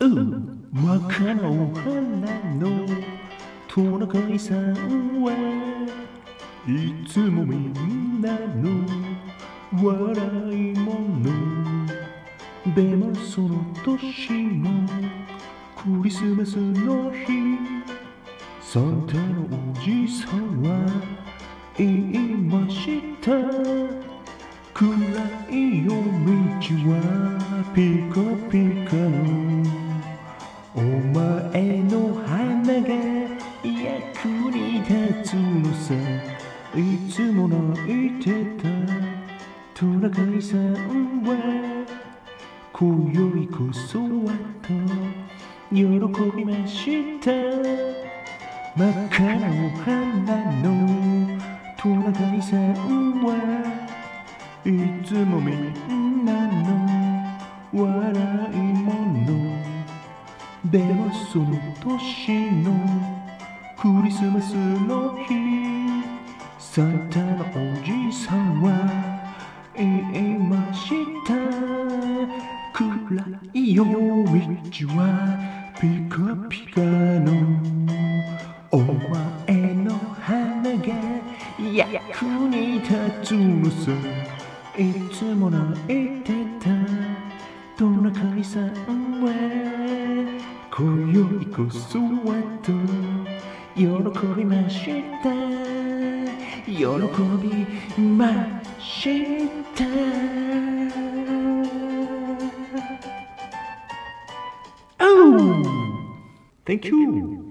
真っ赤なお花のトナカイさんはいつもみんなの笑い者。でもその年のクリスマスの日、サンタのおじさんは言いました。暗い夜道はピカピカのお前の花が役に立つのさ。いつも泣いてたトナカイさんは今宵こそはと喜びました。真っ赤なお花のトナカイさんはいつもみんなの笑い者。でもその年のクリスマスの日、サンタのおじさんは言いました。暗い夜道はピカピカのお前の花が役に立つのさ。いつも泣いてたトナカイさんは今宵こそはと喜びました。喜びました。Oh! Thank you!